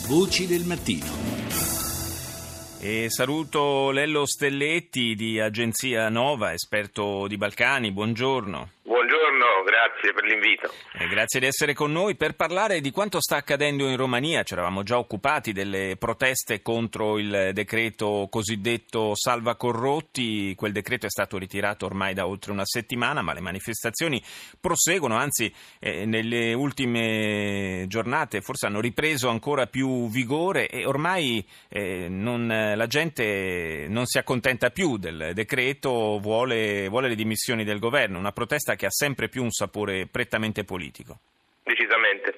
Voci del mattino. E saluto Lello Stelletti di Agenzia Nova, esperto di Balcani. Buongiorno. Buongiorno, grazie per l'invito. Grazie di essere con noi per parlare di quanto sta accadendo in Romania. Ci eravamo già occupati delle proteste contro il decreto cosiddetto Salva Corrotti. Quel decreto è stato ritirato ormai da oltre una settimana, ma le manifestazioni proseguono, anzi nelle ultime giornate forse hanno ripreso ancora più vigore e ormai la gente non si accontenta più del decreto, vuole le dimissioni del governo, una protesta che ha sempre più un sapore prettamente politico. Decisamente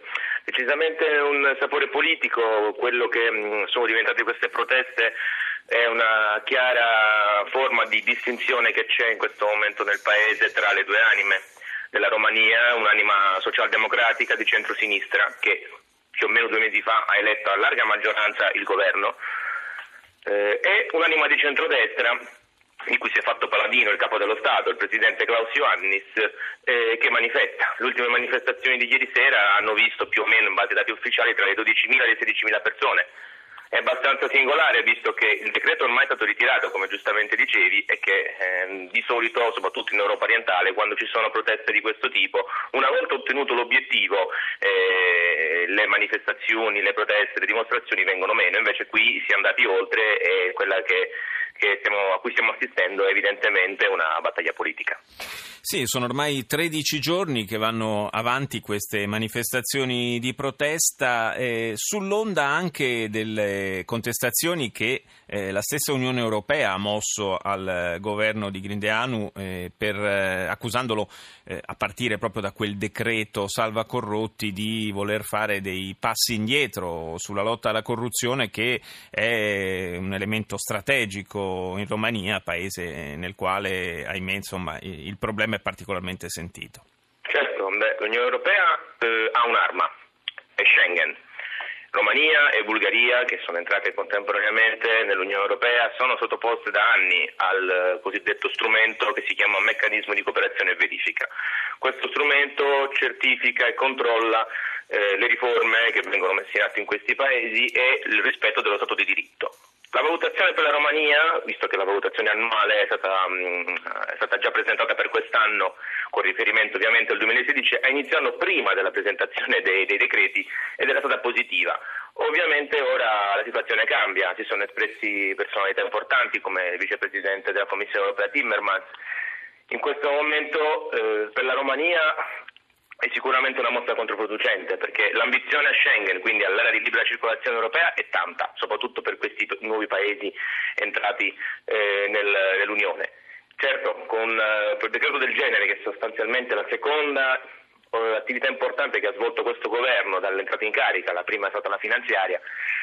un sapore politico. Quello che sono diventate queste proteste è una chiara forma di distinzione che c'è in questo momento nel paese tra le due anime della Romania, un'anima socialdemocratica di centrosinistra che più o meno 2 mesi fa ha eletto a larga maggioranza il governo, e un'anima di centrodestra di cui si è fatto paladino il capo dello Stato, il presidente Klaus Iohannis, che manifesta. Le ultime manifestazioni di ieri sera hanno visto più o meno, in base ai dati ufficiali, tra le 12.000 e le 16.000 persone. È abbastanza singolare, visto che il decreto ormai è stato ritirato, come giustamente dicevi, e che di solito, soprattutto in Europa orientale, quando ci sono proteste di questo tipo, una volta ottenuto l'obiettivo, le manifestazioni, le proteste, le dimostrazioni vengono meno. Invece qui si è andati oltre e quella a cui stiamo assistendo è evidentemente una battaglia politica. Sì, sono ormai 13 giorni che vanno avanti queste manifestazioni di protesta, sull'onda anche delle contestazioni che la stessa Unione Europea ha mosso al governo di Grindeanu, accusandolo, a partire proprio da quel decreto Salva Corrotti, di voler fare dei passi indietro sulla lotta alla corruzione, che è un elemento strategico in Romania, paese nel quale, ahimè, insomma, il problema è particolarmente sentito. Certo, l'Unione Europea ha un'arma, è Schengen. Romania e Bulgaria, che sono entrate contemporaneamente nell'Unione Europea, sono sottoposte da anni al cosiddetto strumento che si chiama meccanismo di cooperazione e verifica. Questo strumento certifica e controlla le riforme che vengono messe in atto in questi paesi e il rispetto dello Stato di diritto. La valutazione per la Romania, visto che la valutazione annuale è stata già presentata per quest'anno, con riferimento ovviamente al 2016, ha iniziato prima della presentazione dei decreti ed era stata positiva. Ovviamente ora la situazione cambia, si sono espressi personalità importanti come il vicepresidente della Commissione Europea Timmermans. In questo momento per la Romania è sicuramente una mossa controproducente, perché l'ambizione a Schengen, quindi all'area di libera circolazione europea, è tanta, soprattutto per questi nuovi paesi entrati nell'Unione. Certo, con quel decreto del genere, che è sostanzialmente la seconda attività importante che ha svolto questo governo dall'entrata in carica, la prima è stata la finanziaria,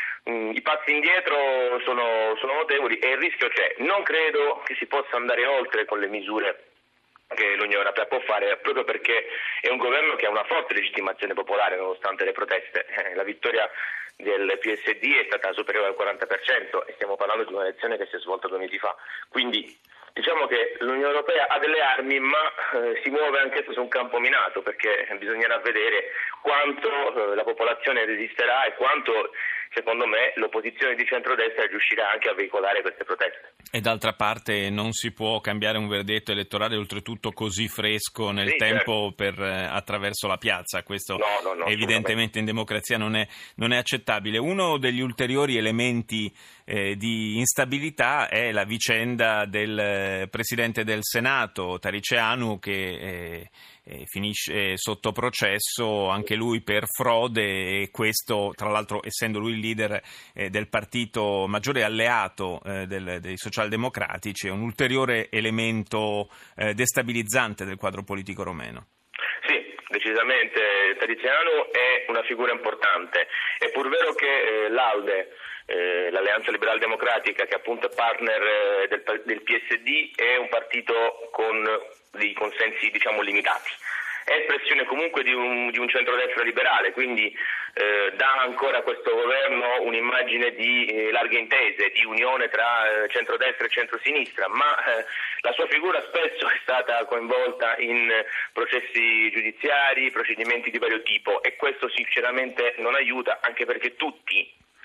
i passi indietro sono notevoli e il rischio c'è. Non credo che si possa andare oltre con le misure che l'Unione Europea può fare, proprio perché è un governo che ha una forte legittimazione popolare nonostante le proteste. La vittoria del PSD è stata superiore al 40% e stiamo parlando di un'elezione che si è svolta 2 mesi fa. Quindi diciamo che l'Unione Europea ha delle armi, ma si muove anche su un campo minato, perché bisognerà vedere quanto la popolazione resisterà e quanto, secondo me, l'opposizione di centrodestra riuscirà anche a veicolare queste proteste. E d'altra parte non si può cambiare un verdetto elettorale, oltretutto così fresco nel tempo, certo, attraverso la piazza. Questo no, evidentemente in democrazia non è accettabile. Uno degli ulteriori elementi di instabilità è la vicenda del Presidente del Senato, Tăriceanu, che finisce sotto processo anche lui per frode, e questo, tra l'altro, essendo lui il leader del partito maggiore alleato dei socialdemocratici, è un ulteriore elemento destabilizzante del quadro politico romeno. Sì, decisamente Tăriceanu è una figura importante. È pur vero che l'ALDE, l'Alleanza Liberal Democratica, che appunto è partner del PSD, è un partito con dei consensi limitati. È espressione comunque di un centrodestra liberale, quindi dà ancora a questo governo un'immagine di larghe intese, di unione tra centrodestra e centrosinistra, ma la sua figura spesso è stata coinvolta in processi giudiziari, procedimenti di vario tipo, e questo sinceramente non aiuta, anche perché tutti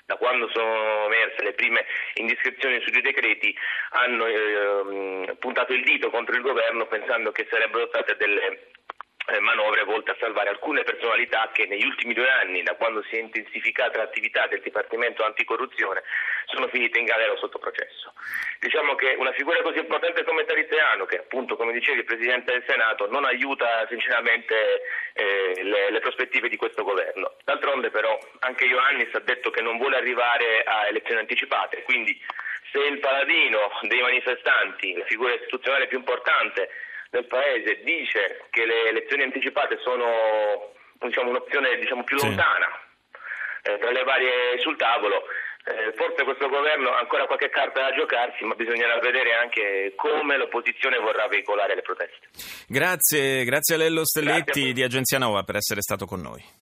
da quando sono emerse le prime indiscrezioni sui due decreti, hanno puntato il dito contro il governo pensando che sarebbero state delle manovre volte a salvare alcune personalità che negli ultimi 2 anni, da quando si è intensificata l'attività del Dipartimento Anticorruzione, sono finite in galera o sotto processo. Diciamo che una figura così importante come Tariziano, che appunto, come dicevi, il Presidente del Senato, non aiuta sinceramente le prospettive di questo governo. D'altronde però anche Ioannis ha detto che non vuole arrivare a elezioni anticipate, quindi se il paladino dei manifestanti, la figura istituzionale più importante del Paese, dice che le elezioni anticipate sono un'opzione più lontana tra le varie sul tavolo, forse questo governo ha ancora qualche carta da giocarsi, ma bisognerà vedere anche come l'opposizione vorrà veicolare le proteste. Grazie a Lello Stelletti di Agenzia Nova per essere stato con noi.